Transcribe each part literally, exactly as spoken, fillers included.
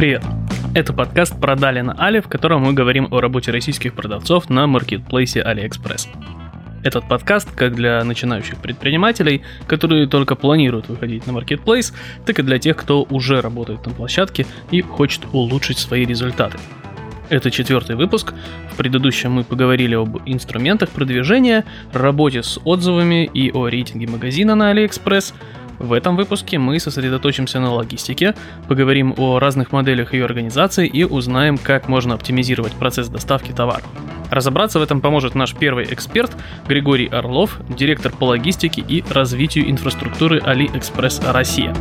Привет! Это подкаст «Продали на Али», в котором мы говорим о работе российских продавцов на маркетплейсе AliExpress. Этот подкаст как для начинающих предпринимателей, которые только планируют выходить на маркетплейс, так и для тех, кто уже работает на площадке и хочет улучшить свои результаты. Это четвертый выпуск. В предыдущем мы поговорили об инструментах продвижения, работе с отзывами и о рейтинге магазина на AliExpress. В этом выпуске мы сосредоточимся на логистике, поговорим о разных моделях ее организации и узнаем, как можно оптимизировать процесс доставки товара. Разобраться в этом поможет наш первый эксперт Григорий Орлов, директор по логистике и развитию инфраструктуры AliExpress Россия.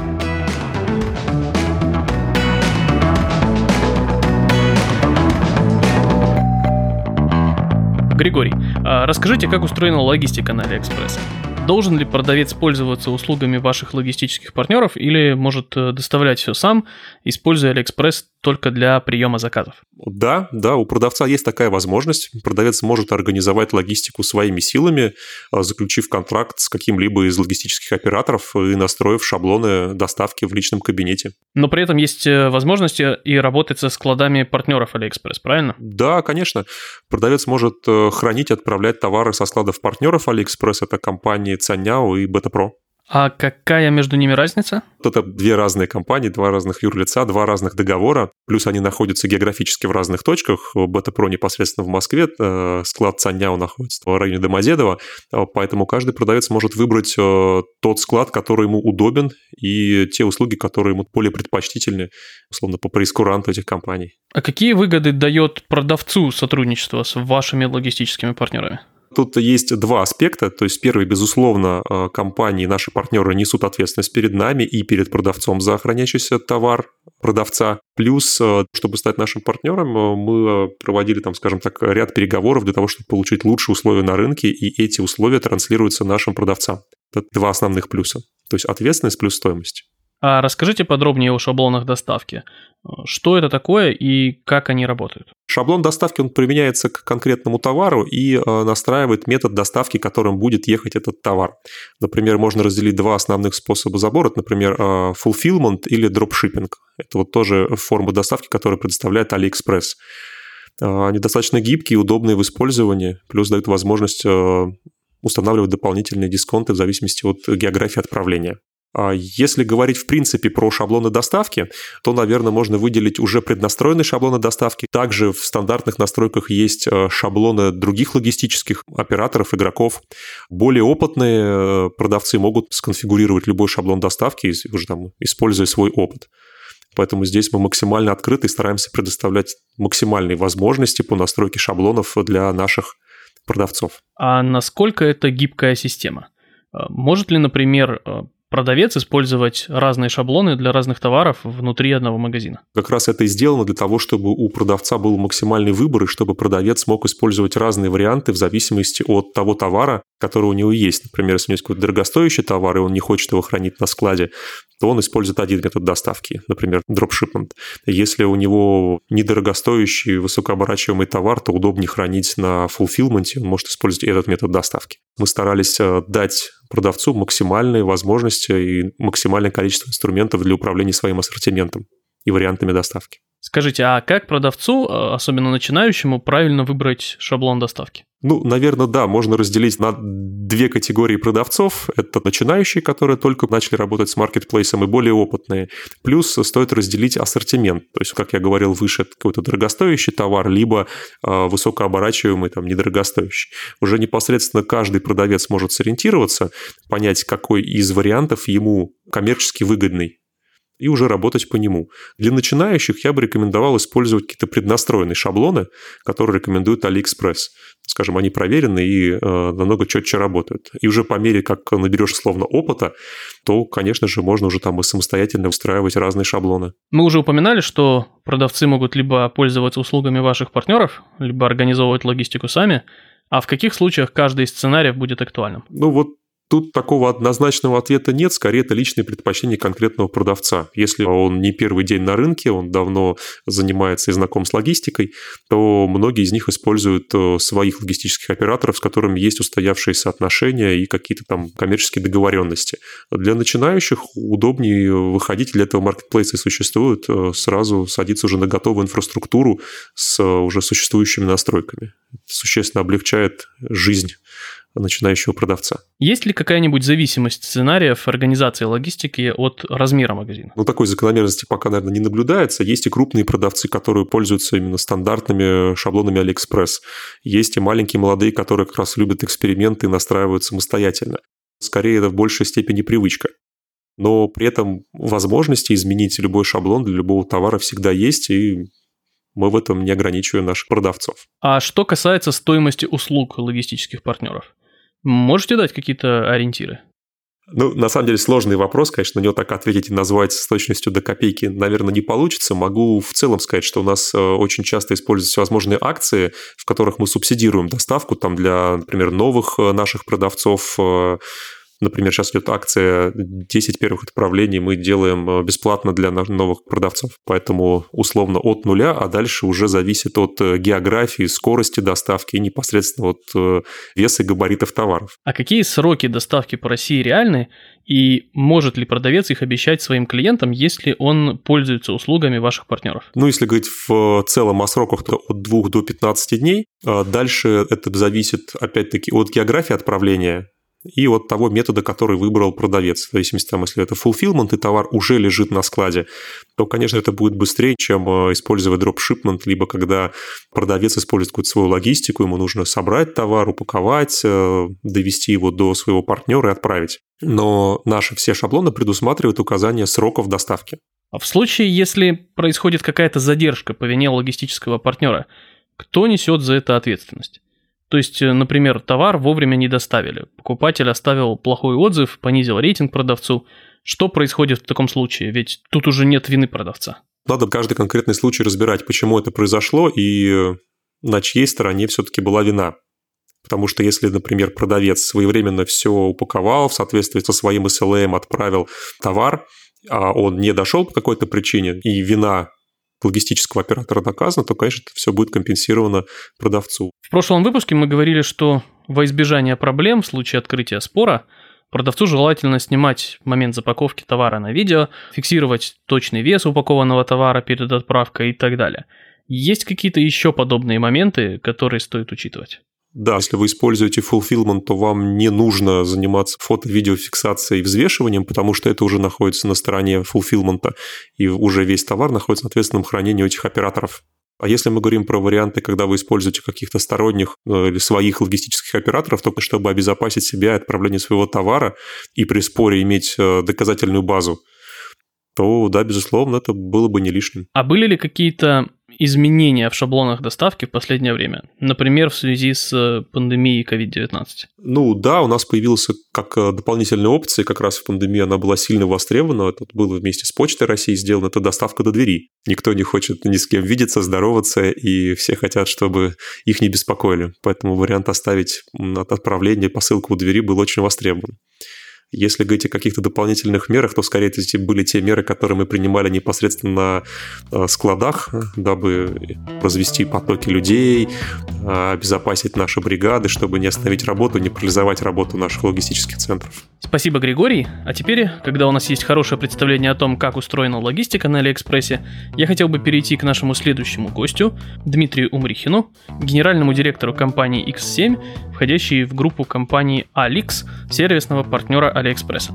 Григорий, расскажите, как устроена логистика на AliExpress? Должен ли продавец пользоваться услугами ваших логистических партнеров или может доставлять все сам, используя AliExpress только для приема заказов? Да, да, у продавца есть такая возможность. Продавец может организовать логистику своими силами, заключив контракт с каким-либо из логистических операторов и настроив шаблоны доставки в личном кабинете. Но при этом есть возможности и работать со складами партнеров AliExpress, правильно? Да, конечно. Продавец может хранить и отправлять товары со складов партнеров AliExpress. Это компании Cainiao и BetaPro. А какая между ними разница? Это две разные компании, два разных юрлица, два разных договора. Плюс они находятся географически в разных точках. BetaPro непосредственно в Москве, склад Cainiao находится в районе Домодедово. Поэтому каждый продавец может выбрать тот склад, который ему удобен, и те услуги, которые ему более предпочтительны, условно, по прейскуранту этих компаний. А какие выгоды дает продавцу сотрудничество с вашими логистическими партнерами? Тут есть два аспекта. То есть первый, безусловно, компании, наши партнеры несут ответственность перед нами и перед продавцом за хранящийся товар продавца. Плюс, чтобы стать нашим партнером, мы проводили, там, скажем так, ряд переговоров для того, чтобы получить лучшие условия на рынке, и эти условия транслируются нашим продавцам. Это два основных плюса. То есть ответственность плюс стоимость. А расскажите подробнее о шаблонах доставки. Что это такое и как они работают? Шаблон доставки, он применяется к конкретному товару и э, настраивает метод доставки, которым будет ехать этот товар. Например, можно разделить два основных способа забора. Это, например, э, fulfillment или дропшиппинг. Это вот тоже форма доставки, которую предоставляет AliExpress. Э, они достаточно гибкие, удобные в использовании, плюс дают возможность э, устанавливать дополнительные дисконты в зависимости от географии отправления. Если говорить в принципе про шаблоны доставки, то, наверное, можно выделить уже преднастроенные шаблоны доставки. Также в стандартных настройках есть шаблоны других логистических операторов, игроков. Более опытные продавцы могут сконфигурировать любой шаблон доставки, уже там, используя свой опыт. Поэтому здесь мы максимально открыты и стараемся предоставлять максимальные возможности по настройке шаблонов для наших продавцов. А насколько это гибкая система? Может ли, например, продавец использовать разные шаблоны для разных товаров внутри одного магазина? Как раз это и сделано для того, чтобы у продавца был максимальный выбор, и чтобы продавец мог использовать разные варианты в зависимости от того товара, который у него есть. Например, если у него есть какой-то дорогостоящий товар, и он не хочет его хранить на складе, то он использует один метод доставки, например, дропшипмент. Если у него недорогостоящий, высокооборачиваемый товар, то удобнее хранить на фулфилменте, он может использовать этот метод доставки. Мы старались дать продавцу максимальные возможности и максимальное количество инструментов для управления своим ассортиментом и вариантами доставки. Скажите, а как продавцу, особенно начинающему, правильно выбрать шаблон доставки? Ну, наверное, да, можно разделить на две категории продавцов. Это начинающие, которые только начали работать с маркетплейсом, и более опытные. Плюс стоит разделить ассортимент. То есть, как я говорил выше, это какой-то дорогостоящий товар, либо э, высокооборачиваемый, там, недорогостоящий. Уже непосредственно каждый продавец может сориентироваться, понять, какой из вариантов ему коммерчески выгодный, и уже работать по нему. Для начинающих я бы рекомендовал использовать какие-то преднастроенные шаблоны, которые рекомендует AliExpress. Скажем, они проверены и э, намного четче работают. И уже по мере, как наберешь словно опыта, то, конечно же, можно уже там и самостоятельно устраивать разные шаблоны. Мы уже упоминали, что продавцы могут либо пользоваться услугами ваших партнеров, либо организовывать логистику сами. А в каких случаях каждый из сценариев будет актуальным? Ну вот, Тут такого однозначного ответа нет, скорее это личные предпочтения конкретного продавца. Если он не первый день на рынке, он давно занимается и знаком с логистикой, то многие из них используют своих логистических операторов, с которыми есть устоявшиеся отношения и какие-то там коммерческие договоренности. Для начинающих удобнее выходить, для этого маркетплейсы существуют, сразу садиться уже на готовую инфраструктуру с уже существующими настройками. Это существенно облегчает жизнь начинающего продавца. Есть ли какая-нибудь зависимость сценариев организации логистики от размера магазина? Ну, такой закономерности пока, наверное, не наблюдается. Есть и крупные продавцы, которые пользуются именно стандартными шаблонами AliExpress. Есть и маленькие молодые, которые как раз любят эксперименты и настраивают самостоятельно. Скорее, это в большей степени привычка. Но при этом возможности изменить любой шаблон для любого товара всегда есть, и мы в этом не ограничиваем наших продавцов. А что касается стоимости услуг логистических партнеров? Можете дать какие-то ориентиры? Ну, на самом деле, сложный вопрос, конечно, на него так ответить и назвать с точностью до копейки, наверное, не получится. Могу в целом сказать, что у нас очень часто используются всевозможные акции, в которых мы субсидируем доставку там, для, например, новых наших продавцов. Например, сейчас идет акция десять первых отправлений мы делаем бесплатно для новых продавцов. Поэтому условно от нуля, а дальше уже зависит от географии, скорости доставки и непосредственно от веса и габаритов товаров. А какие сроки доставки по России реальны? И может ли продавец их обещать своим клиентам, если он пользуется услугами ваших партнеров? Ну, если говорить в целом о сроках, то от двух до пятнадцати дней. Дальше это зависит, опять-таки, от географии отправления и от того метода, который выбрал продавец. В зависимости, там, если это fulfillment, и товар уже лежит на складе, то, конечно, это будет быстрее, чем используя дропшипмент, либо когда продавец использует какую-то свою логистику, ему нужно собрать товар, упаковать, довести его до своего партнера и отправить. Но наши все шаблоны предусматривают указание сроков доставки. А в случае, если происходит какая-то задержка по вине логистического партнера, кто несет за это ответственность? То есть, например, товар вовремя не доставили, покупатель оставил плохой отзыв, понизил рейтинг продавцу. Что происходит в таком случае? Ведь тут уже нет вины продавца. Надо каждый конкретный случай разбирать, почему это произошло и на чьей стороне все-таки была вина. Потому что если, например, продавец своевременно все упаковал, в соответствии со своим эс эл эм отправил товар, а он не дошел по какой-то причине, и вина логистического оператора доказано, то, конечно, это все будет компенсировано продавцу. В прошлом выпуске мы говорили, что во избежание проблем в случае открытия спора продавцу желательно снимать момент запаковки товара на видео, фиксировать точный вес упакованного товара перед отправкой и так далее. Есть какие-то еще подобные моменты, которые стоит учитывать? Да, если вы используете fulfillment, то вам не нужно заниматься фото-видеофиксацией и взвешиванием, потому что это уже находится на стороне fulfillment, и уже весь товар находится на ответственном хранении у этих операторов. А если мы говорим про варианты, когда вы используете каких-то сторонних или своих логистических операторов, только чтобы обезопасить себя от отправления своего товара и при споре иметь доказательную базу, то, да, безусловно, это было бы не лишним. А были ли какие-то изменения в шаблонах доставки в последнее время? Например, в связи с пандемией ковид девятнадцать? Ну да, у нас появилась как дополнительная опция, как раз в пандемии она была сильно востребована. Это было вместе с Почтой России сделано, это доставка до двери. Никто не хочет ни с кем видеться, здороваться, и все хотят, чтобы их не беспокоили. Поэтому вариант оставить от отправления посылку у двери был очень востребован. Если говорить о каких-то дополнительных мерах, то скорее это были те меры, которые мы принимали непосредственно на складах, дабы развести потоки людей, обезопасить наши бригады, чтобы не остановить работу, не парализовать работу наших логистических центров. Спасибо, Григорий. А теперь, когда у нас есть хорошее представление о том, как устроена логистика на Алиэкспрессе, я хотел бы перейти к нашему следующему гостю, Дмитрию Умрихину, генеральному директору компании икс семь, входящей в группу компании Alix, сервисного партнера Алиэкспресса.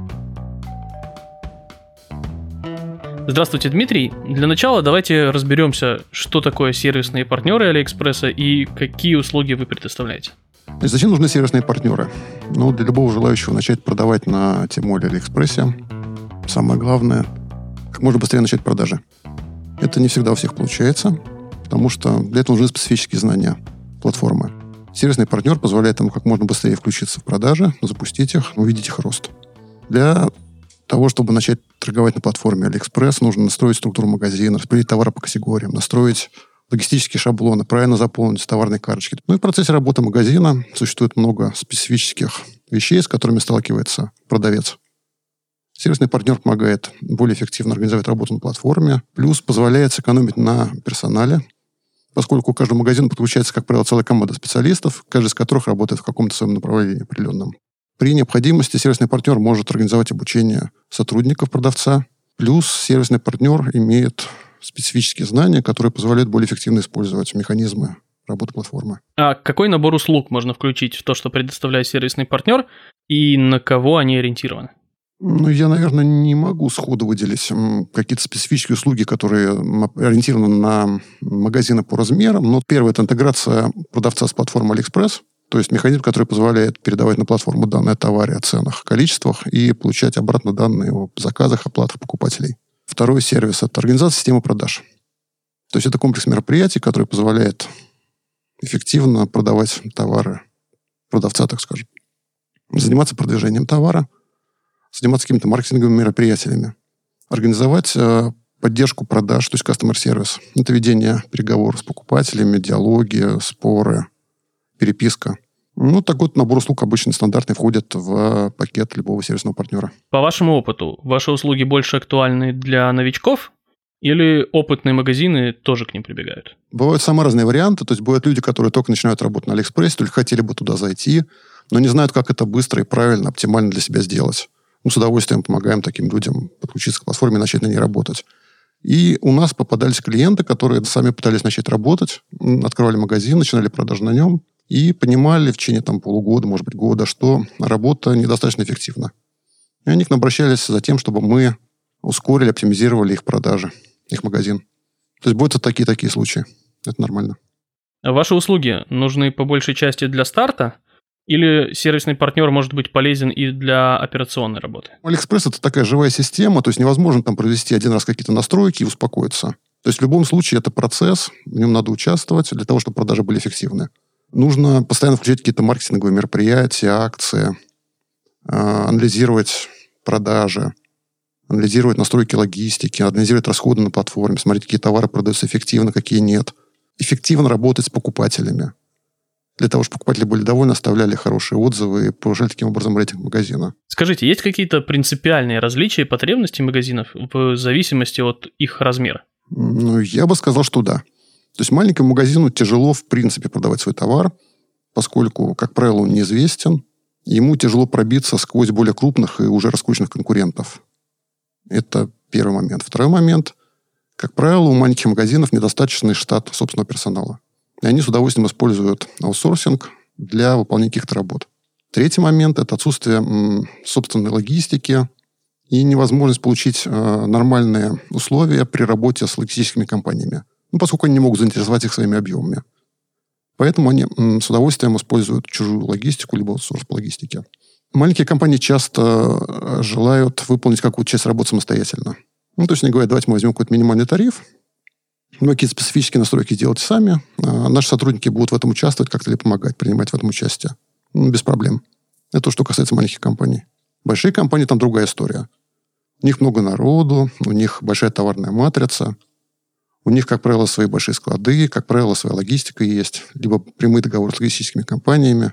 Здравствуйте, Дмитрий. Для начала давайте разберемся, что такое сервисные партнеры Алиэкспресса и какие услуги вы предоставляете. Значит, зачем нужны сервисные партнеры? Ну, для любого желающего начать продавать на тему Алиэкспрессе, самое главное, как можно быстрее начать продажи. Это не всегда у всех получается, потому что для этого нужны специфические знания платформы. Сервисный партнер позволяет ему как можно быстрее включиться в продажи, запустить их, увидеть их рост. Для того, чтобы начать торговать на платформе Алиэкспресс, нужно настроить структуру магазина, распределить товары по категориям, настроить логистические шаблоны, правильно заполнить товарные карточки. Ну и в процессе работы магазина существует много специфических вещей, с которыми сталкивается продавец. Сервисный партнер помогает более эффективно организовать работу на платформе, плюс позволяет сэкономить на персонале, поскольку к каждому магазину подключается, как правило, целая команда специалистов, каждый из которых работает в каком-то своем направлении определенном. При необходимости сервисный партнер может организовать обучение сотрудников продавца, плюс сервисный партнер имеет специфические знания, которые позволяют более эффективно использовать механизмы работы платформы. А какой набор услуг можно включить в то, что предоставляет сервисный партнер, и на кого они ориентированы? Ну, я, наверное, не могу сходу выделить какие-то специфические услуги, которые ориентированы на магазины по размерам. Но первое – это интеграция продавца с платформой AliExpress, то есть механизм, который позволяет передавать на платформу данные о товаре, о ценах, количествах и получать обратно данные о заказах, оплатах покупателей. Второй сервис – это организация системы продаж. То есть это комплекс мероприятий, который позволяет эффективно продавать товары продавца, так скажем. Заниматься продвижением товара, заниматься какими-то маркетинговыми мероприятиями, организовать э, поддержку продаж, то есть customer service. Это ведение переговоров с покупателями, диалоги, споры, переписка. Ну, такой вот набор услуг обычно стандартный входит в пакет любого сервисного партнера. По вашему опыту, ваши услуги больше актуальны для новичков или опытные магазины тоже к ним прибегают? Бывают самые разные варианты. То есть бывают люди, которые только начинают работать на AliExpress, только хотели бы туда зайти, но не знают, как это быстро и правильно, оптимально для себя сделать. Мы с удовольствием помогаем таким людям подключиться к платформе и начать на ней работать. И у нас попадались клиенты, которые сами пытались начать работать, открывали магазин, начинали продажи на нем и понимали в течение там, полугода, может быть, года, что работа недостаточно эффективна. И они к нам обращались за тем, чтобы мы ускорили, оптимизировали их продажи, их магазин. То есть будут такие-такие случаи. Это нормально. А ваши услуги нужны по большей части для старта? Или сервисный партнер может быть полезен и для операционной работы? AliExpress – это такая живая система, то есть невозможно там провести один раз какие-то настройки и успокоиться. То есть в любом случае это процесс, в нем надо участвовать для того, чтобы продажи были эффективны. Нужно постоянно включать какие-то маркетинговые мероприятия, акции, анализировать продажи, анализировать настройки логистики, анализировать расходы на платформе, смотреть, какие товары продаются эффективно, какие нет. Эффективно работать с покупателями. Для того, чтобы покупатели были довольны, оставляли хорошие отзывы и повышали таким образом рейтинг магазина. Скажите, есть какие-то принципиальные различия потребностей магазинов в зависимости от их размера? Ну, я бы сказал, что да. То есть маленькому магазину тяжело, в принципе, продавать свой товар, поскольку, как правило, он неизвестен. Ему тяжело пробиться сквозь более крупных и уже раскрученных конкурентов. Это первый момент. Второй момент. Как правило, у маленьких магазинов недостаточный штат собственного персонала. И они с удовольствием используют аутсорсинг для выполнения каких-то работ. Третий момент – это отсутствие м, собственной логистики и невозможность получить э, нормальные условия при работе с логистическими компаниями, ну, поскольку они не могут заинтересовать их своими объемами. Поэтому они м, с удовольствием используют чужую логистику, либо аутсорс по логистике. Маленькие компании часто желают выполнить какую-то часть работы самостоятельно. Ну, то есть они говорят, давайте мы возьмем какой-то минимальный тариф, вы какие-то специфические настройки делайте сами. А наши сотрудники будут в этом участвовать как-то или помогать, принимать в этом участие. Ну, без проблем. Это то, что касается маленьких компаний. Большие компании, там другая история. У них много народу, у них большая товарная матрица, у них, как правило, свои большие склады, как правило, своя логистика есть, либо прямые договоры с логистическими компаниями.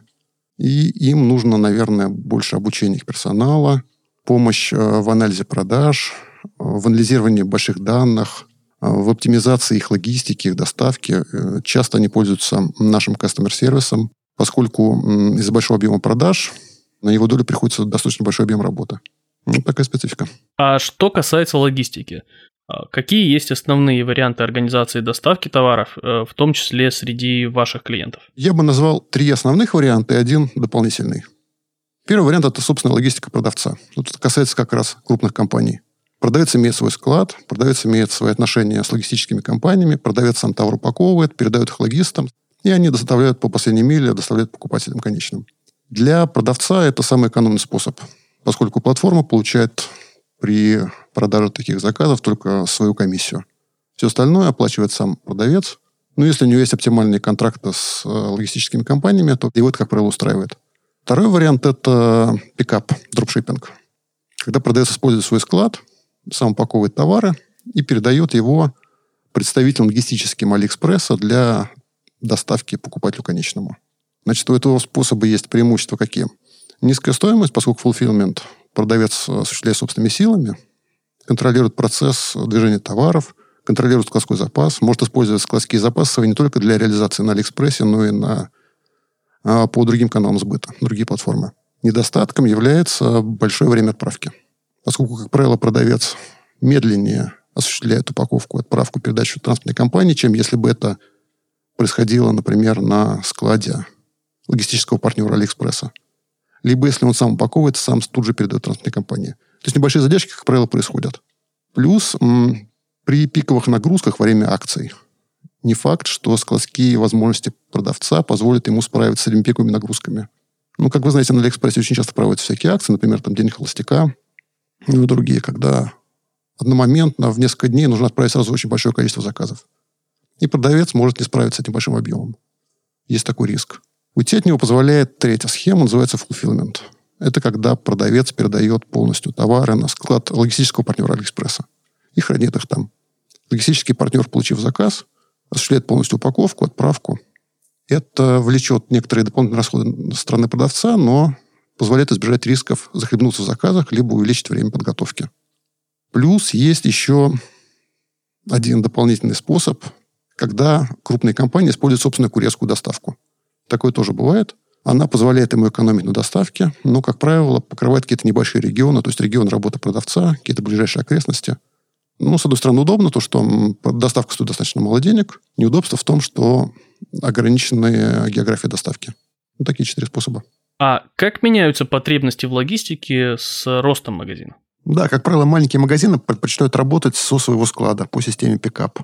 И им нужно, наверное, больше обучения их персонала, помощь в анализе продаж, в анализировании больших данных, в оптимизации их логистики, их доставки. Часто они пользуются нашим customer-сервисом, поскольку из-за большого объема продаж на его долю приходится достаточно большой объем работы. Вот такая специфика. А что касается логистики, какие есть основные варианты организации доставки товаров, в том числе среди ваших клиентов? Я бы назвал три основных варианта и один дополнительный. Первый вариант – это собственная логистика продавца. Вот это касается как раз крупных компаний. Продавец имеет свой склад, продавец имеет свои отношения с логистическими компаниями, продавец сам товар упаковывает, передает их логистам, и они доставляют по последней миле, доставляют покупателям конечным. Для продавца это самый экономный способ, поскольку платформа получает при продаже таких заказов только свою комиссию. Все остальное оплачивает сам продавец. Но если у него есть оптимальные контракты с логистическими компаниями, то его это, как правило, устраивает. Второй вариант – это пикап, дропшиппинг. Когда продавец использует свой склад, сам упаковывает товары и передает его представителям логистическим AliExpress для доставки покупателю конечному. Значит, у этого способа есть преимущества какие? Низкая стоимость, поскольку fulfillment продавец осуществляет собственными силами, контролирует процесс движения товаров, контролирует складской запас, может использовать складские запасы свои не только для реализации на Алиэкспрессе, но и на, по другим каналам сбыта, другие платформы. Недостатком является большое время отправки. Поскольку, как правило, продавец медленнее осуществляет упаковку, отправку, передачу транспортной компании, чем если бы это происходило, например, на складе логистического партнера Алиэкспресса. Либо, если он сам упаковывает, сам тут же передает транспортной компании. То есть небольшие задержки, как правило, происходят. Плюс м- при пиковых нагрузках во время акций не факт, что складские возможности продавца позволят ему справиться с этими пиковыми нагрузками. Ну, как вы знаете, на Алиэкспрессе очень часто проводятся всякие акции, например, там День холостяка, ну и другие, когда одномоментно в несколько дней нужно отправить сразу очень большое количество заказов. И продавец может не справиться с этим большим объемом. Есть такой риск. Уйти от него позволяет третья схема, называется fulfillment. Это когда продавец передает полностью товары на склад логистического партнера Алиэкспресса и хранит их там. Логистический партнер, получив заказ, осуществляет полностью упаковку, отправку. Это влечет некоторые дополнительные расходы со стороны продавца, но позволяет избежать рисков захлебнуться в заказах, либо увеличить время подготовки. Плюс есть еще один дополнительный способ, когда крупные компании используют собственную курьерскую доставку. Такое тоже бывает. Она позволяет ему экономить на доставке, но, как правило, покрывает какие-то небольшие регионы, то есть регион работы продавца, какие-то ближайшие окрестности. Ну, с одной стороны, удобно, то, что доставка стоит достаточно мало денег. Неудобство в том, что ограниченная география доставки. Вот такие четыре способа. А как меняются потребности в логистике с ростом магазина? Да, как правило, маленькие магазины предпочитают работать со своего склада по системе пикап.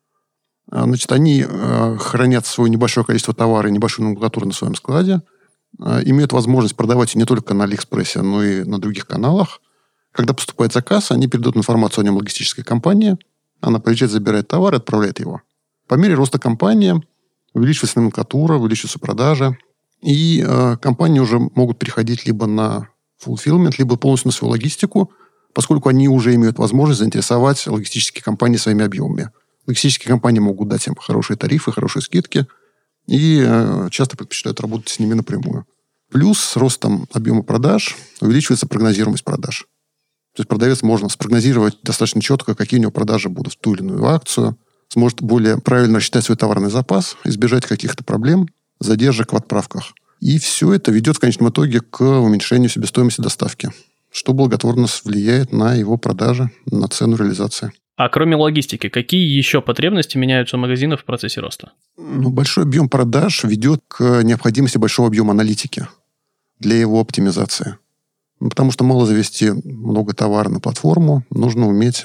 Значит, они э, хранят свое небольшое количество товара и небольшую номенклатуру на своем складе, э, имеют возможность продавать не только на Алиэкспрессе, но и на других каналах. Когда поступает заказ, они передают информацию о нем логистической компании, она приезжает, забирает товар и отправляет его. По мере роста компании увеличивается номенклатура, увеличиваются продажи, и э, компании уже могут переходить либо на fulfillment, либо полностью на свою логистику, поскольку они уже имеют возможность заинтересовать логистические компании своими объемами. Логистические компании могут дать им хорошие тарифы, хорошие скидки, и э, часто предпочитают работать с ними напрямую. Плюс с ростом объема продаж увеличивается прогнозируемость продаж. То есть продавец можно спрогнозировать достаточно четко, какие у него продажи будут в ту или иную акцию, сможет более правильно рассчитать свой товарный запас, избежать каких-то проблем, задержек в отправках. И все это ведет в конечном итоге к уменьшению себестоимости доставки, что благотворно влияет на его продажи, на цену реализации. А кроме логистики, какие еще потребности меняются у магазинов в процессе роста? Ну, большой объем продаж ведет к необходимости большого объема аналитики для его оптимизации. Ну, потому что мало завести много товара на платформу, нужно уметь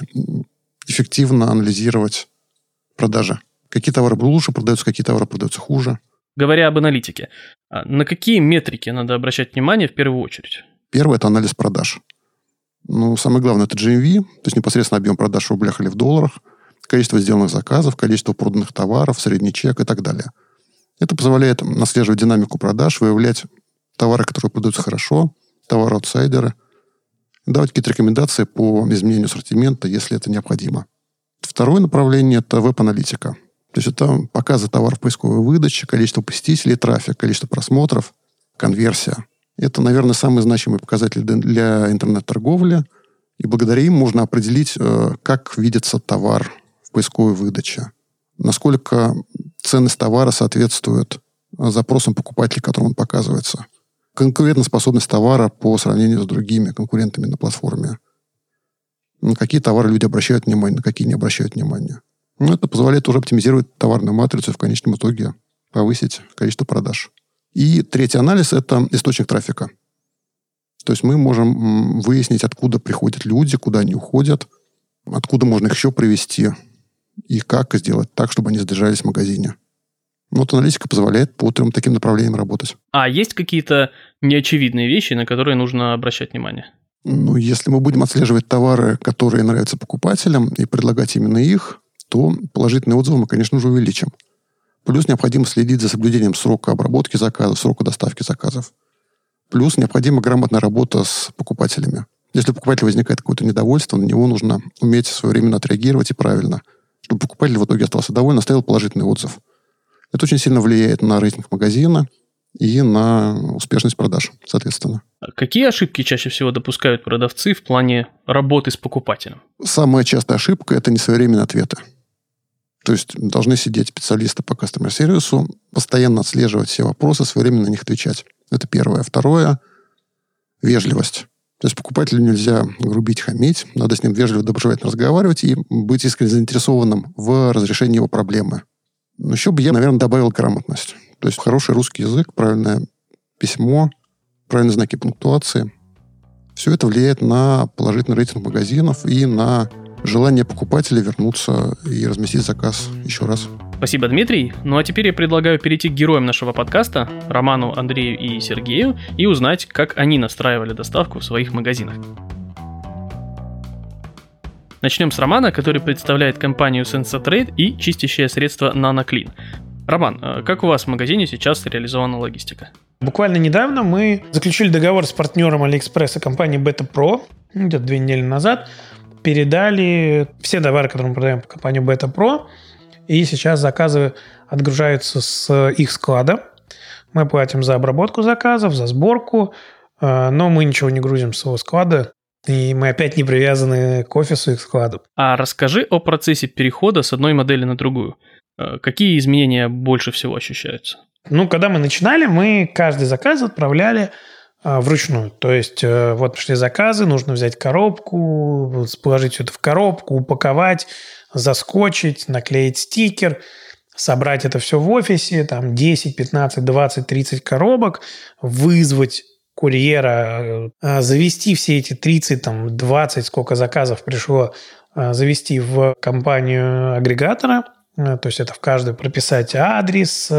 эффективно анализировать продажи. Какие товары лучше продаются, какие товары продаются хуже. Говоря об аналитике, на какие метрики надо обращать внимание в первую очередь? Первое – это анализ продаж. Ну, самое главное – это джи эм ви, то есть непосредственно объем продаж в рублях или в долларах, количество сделанных заказов, количество проданных товаров, средний чек и так далее. Это позволяет отслеживать динамику продаж, выявлять товары, которые продаются хорошо, товары-аутсайдеры, давать какие-то рекомендации по изменению ассортимента, если это необходимо. Второе направление – это веб-аналитика. То есть это показы товаров в поисковой выдаче, количество посетителей, трафик, количество просмотров, конверсия. Это, наверное, самый значимый показатель для интернет-торговли. И благодаря им можно определить, как видится товар в поисковой выдаче, насколько ценность товара соответствует запросам покупателей, которым он показывается, конкурентоспособность товара по сравнению с другими конкурентами на платформе, на какие товары люди обращают внимание, на какие не обращают внимания. Ну, это позволяет уже оптимизировать товарную матрицу и в конечном итоге повысить количество продаж. И третий анализ – это источник трафика. То есть мы можем выяснить, откуда приходят люди, куда они уходят, откуда можно их еще привести и как сделать так, чтобы они задержались в магазине. Вот аналитика позволяет по трем таким направлениям работать. А есть какие-то неочевидные вещи, на которые нужно обращать внимание? Ну, если мы будем отслеживать товары, которые нравятся покупателям, и предлагать именно их, то положительные отзывы мы, конечно же, увеличим. Плюс необходимо следить за соблюдением срока обработки заказов, срока доставки заказов. Плюс необходима грамотная работа с покупателями. Если у покупателя возникает какое-то недовольство, на него нужно уметь своевременно отреагировать и правильно, чтобы покупатель в итоге остался доволен, оставил положительный отзыв. Это очень сильно влияет на рейтинг магазина и на успешность продаж, соответственно. Какие ошибки чаще всего допускают продавцы в плане работы с покупателем? Самая частая ошибка – это несвоевременные ответы. То есть должны сидеть специалисты по кастомер-сервису, постоянно отслеживать все вопросы, своевременно на них отвечать. Это первое. Второе – вежливость. То есть покупателю нельзя грубить, хамить. Надо с ним вежливо, доброжелательно разговаривать и быть искренне заинтересованным в разрешении его проблемы. Но еще бы я, наверное, добавил грамотность. То есть хороший русский язык, правильное письмо, правильные знаки пунктуации. Все это влияет на положительный рейтинг магазинов и на желание покупателя вернуться и разместить заказ еще раз. Спасибо, Дмитрий. Ну а теперь я предлагаю перейти к героям нашего подкаста, Роману, Андрею и Сергею, и узнать, как они настраивали доставку в своих магазинах. Начнем с Романа, который представляет компанию SensaTrade и чистящее средство NanoClean. Роман, как у вас в магазине сейчас реализована логистика? Буквально недавно мы заключили договор с партнером AliExpress и компанией BetaPro, где-то две недели назад, передали все товары, которые мы продаем по компании BetaPro, и сейчас заказы отгружаются с их склада. Мы платим за обработку заказов, за сборку, но мы ничего не грузим с своего склада, и мы опять не привязаны к офису их складу. А расскажи о процессе перехода с одной модели на другую. Какие изменения больше всего ощущаются? Ну, когда мы начинали, мы каждый заказ отправляли а, вручную. То есть, а, вот пришли заказы, нужно взять коробку, положить все это в коробку, упаковать, заскочить, наклеить стикер, собрать это все в офисе, там десять, пятнадцать, двадцать, тридцать коробок, вызвать курьера, а, завести все эти тридцать, там, двадцать, сколько заказов пришло, а, завести в компанию агрегатора. То есть это в каждой прописать адрес,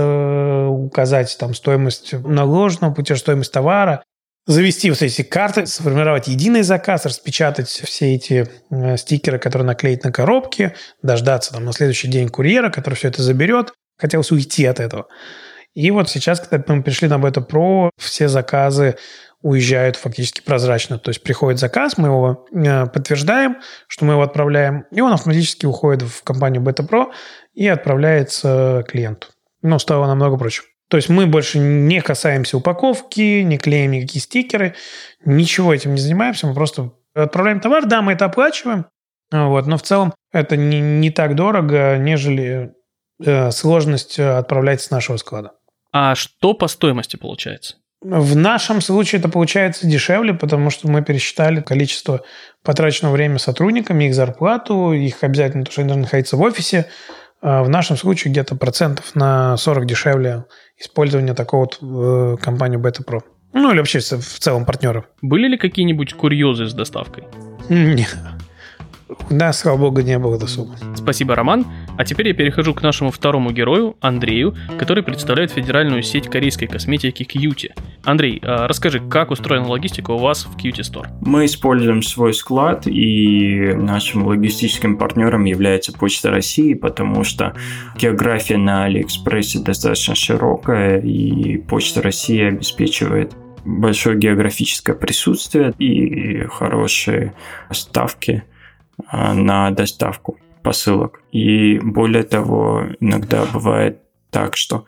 указать там стоимость наложенного путя, стоимость товара, завести вот эти карты, сформировать единый заказ, распечатать все эти стикеры, которые наклеить на коробке, дождаться там на следующий день курьера, который все это заберет. Хотелось уйти от этого. И вот сейчас, когда мы пришли на BetaPro, все заказы уезжают фактически прозрачно. То есть приходит заказ, мы его подтверждаем, что мы его отправляем, и он автоматически уходит в компанию BetaPro и отправляется клиенту. Ну, стало намного проще. То есть мы больше не касаемся упаковки, не клеим никакие стикеры, ничего этим не занимаемся, мы просто отправляем товар, да, мы это оплачиваем, вот, но в целом это не, не так дорого, нежели э, сложность отправлять с нашего склада. А что по стоимости получается? В нашем случае это получается дешевле, потому что мы пересчитали количество потраченного времени сотрудниками, их зарплату, их обязательно, то, что они должны находиться в офисе. В нашем случае где-то процентов на сорок дешевле использование такого вот э, компании BetaPro. Ну или вообще в целом партнеров. Были ли какие-нибудь курьезы с доставкой? Нет. Да, слава богу, не было досуга. Спасибо, Роман. А теперь я перехожу к нашему второму герою, Андрею, который представляет федеральную сеть корейской косметики Кьюти. Андрей, расскажи, как устроена логистика у вас в Кьюти Store? Мы используем свой склад, и нашим логистическим партнером является Почта России, потому что география на Алиэкспрессе достаточно широкая, и Почта России обеспечивает большое географическое присутствие и хорошие ставки на доставку посылок. И более того, иногда бывает так, что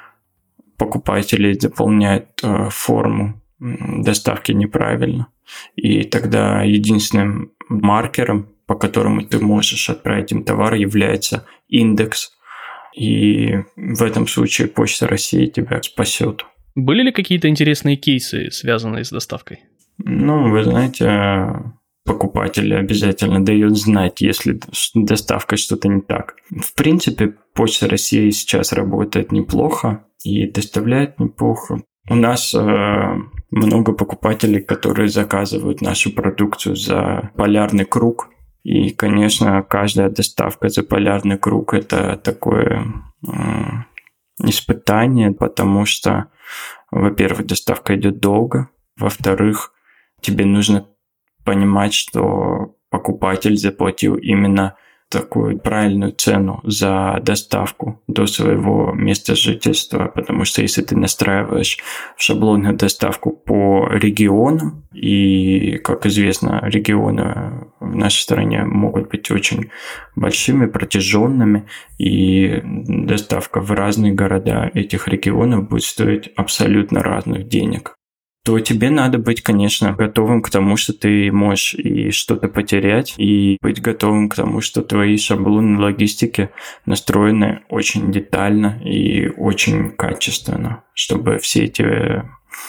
покупатели заполняют форму доставки неправильно. И тогда единственным маркером, по которому ты можешь отправить им товар, является индекс. И в этом случае Почта России тебя спасет. Были ли какие-то интересные кейсы, связанные с доставкой? Ну, вы знаете, покупатель обязательно дает знать, если с доставкой что-то не так. В принципе, Почта России сейчас работает неплохо и доставляет неплохо. У нас э, много покупателей, которые заказывают нашу продукцию за полярный круг. И, конечно, каждая доставка за полярный круг – это такое э, испытание, потому что, во-первых, доставка идет долго, во-вторых, тебе нужно понимать, что покупатель заплатил именно такую правильную цену за доставку до своего места жительства, потому что если ты настраиваешь в шаблонную доставку по регионам, и, как известно, регионы в нашей стране могут быть очень большими, протяженными, и доставка в разные города этих регионов будет стоить абсолютно разных денег, то тебе надо быть, конечно, готовым к тому, что ты можешь и что-то потерять, и быть готовым к тому, что твои шаблоны логистики настроены очень детально и очень качественно, чтобы все эти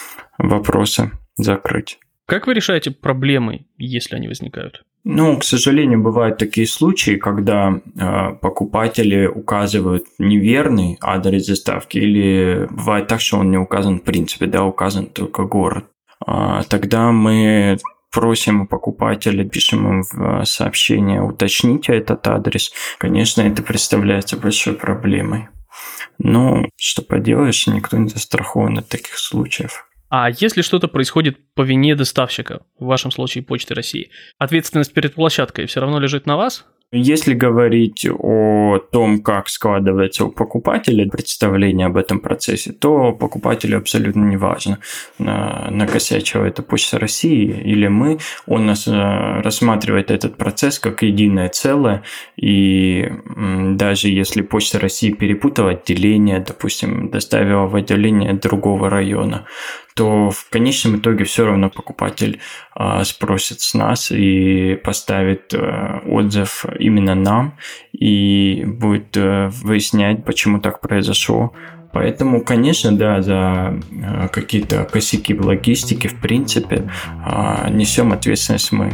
вопросы закрыть. Как вы решаете проблемы, если они возникают? Ну, к сожалению, бывают такие случаи, когда э, покупатели указывают неверный адрес доставки, или бывает так, что он не указан в принципе, да, указан только город. Э, тогда мы просим у покупателя, пишем им в сообщение, уточните этот адрес. Конечно, это представляется большой проблемой. Но что поделаешь, никто не застрахован от таких случаев. А если что-то происходит по вине доставщика, в вашем случае Почты России, ответственность перед площадкой все равно лежит на вас? Если говорить о том, как складывается у покупателя представление об этом процессе, то покупателю абсолютно не важно, накосячила это Почта России или мы. Он нас рассматривает этот процесс как единое целое, и даже если Почта России перепутала отделение, допустим, доставила в отделение другого района, то в конечном итоге все равно покупатель а, спросит с нас и поставит а, отзыв именно нам и будет а, выяснять, почему так произошло. Поэтому, конечно, да, за а, какие-то косяки в логистике, в принципе, а, несем ответственность мы.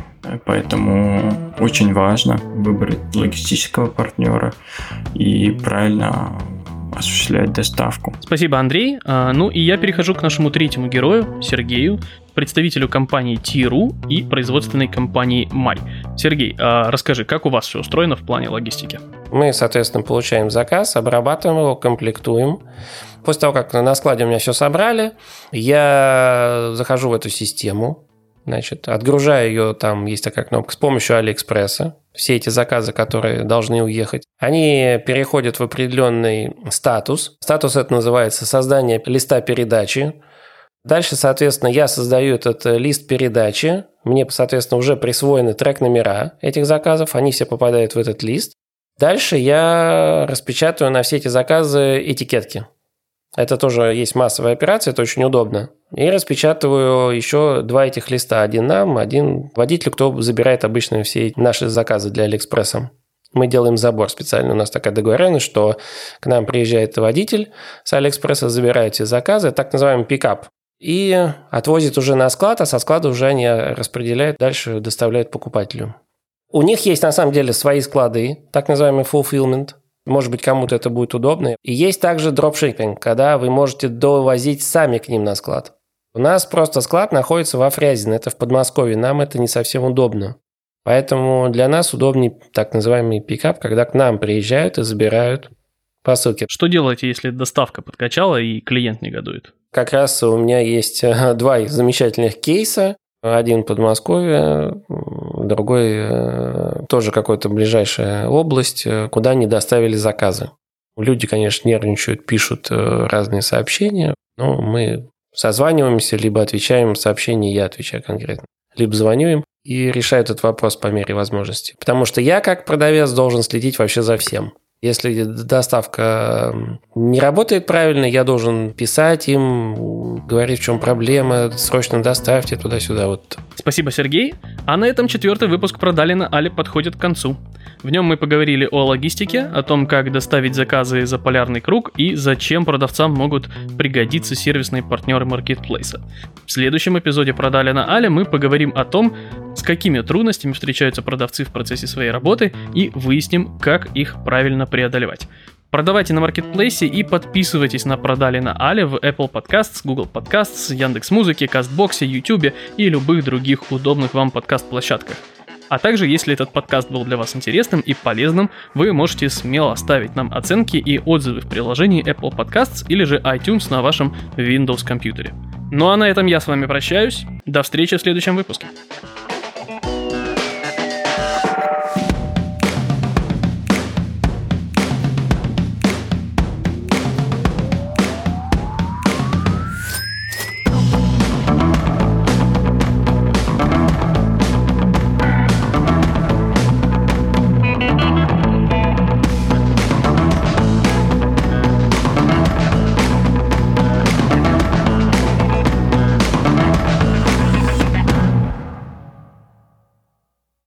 Поэтому очень важно выбрать логистического партнера и правильно осуществлять доставку. Спасибо, Андрей. Ну и я перехожу к нашему третьему герою, Сергею, представителю компании ти точка ру и производственной компании Май. Сергей, расскажи, как у вас все устроено в плане логистики? Мы, соответственно, получаем заказ, обрабатываем его, комплектуем. После того, как на складе у меня все собрали, я захожу в эту систему, значит, отгружаю ее, там есть такая кнопка, с помощью Алиэкспресса. Все эти заказы, которые должны уехать, они переходят в определенный статус. Статус это называется создание листа передачи. Дальше, соответственно, я создаю этот лист передачи. Мне, соответственно, уже присвоены трек-номера этих заказов. Они все попадают в этот лист. Дальше я распечатываю на все эти заказы этикетки. Это тоже есть массовая операция, это очень удобно. И распечатываю еще два этих листа. Один нам, один водителю, кто забирает обычно все наши заказы для Алиэкспресса. Мы делаем забор специально. У нас такая договоренность, что к нам приезжает водитель с Алиэкспресса, забирает все заказы, так называемый пикап, и отвозит уже на склад, а со склада уже они распределяют, дальше доставляют покупателю. У них есть на самом деле свои склады, так называемый fulfillment. Может быть, кому-то это будет удобно. И есть также дропшиппинг, когда вы можете довозить сами к ним на склад. У нас просто склад находится во Фрязино, это в Подмосковье, нам это не совсем удобно. Поэтому для нас удобнее так называемый пикап, когда к нам приезжают и забирают посылки. Что делаете, если доставка подкачала и клиент негодует? Как раз у меня есть два замечательных кейса. Один в Подмосковье, другой тоже какая-то ближайшая область, куда не доставили заказы. Люди, конечно, нервничают, пишут разные сообщения, но мы созваниваемся, либо отвечаем сообщения, я отвечаю конкретно, либо звоню им и решаю этот вопрос по мере возможности. Потому что я, как продавец, должен следить вообще за всем. Если доставка не работает правильно, я должен писать им, говорить, в чем проблема, срочно доставьте туда-сюда. Вот. Спасибо, Сергей. А на этом четвертый выпуск «Продали на Але» подходит к концу. В нем мы поговорили о логистике, о том, как доставить заказы за полярный круг и зачем продавцам могут пригодиться сервисные партнеры маркетплейса. В следующем эпизоде «Продали на Але» мы поговорим о том, с какими трудностями встречаются продавцы в процессе своей работы и выясним, как их правильно преодолевать. Продавайте на маркетплейсе и подписывайтесь на «Продали на Але» в Apple Podcasts, Google Podcasts, Яндекс.Музыке, Кастбоксе, Ютубе и любых других удобных вам подкаст-площадках. А также, если этот подкаст был для вас интересным и полезным, вы можете смело ставить нам оценки и отзывы в приложении Apple Podcasts или же iTunes на вашем Windows компьютере. Ну а на этом я с вами прощаюсь. До встречи в следующем выпуске.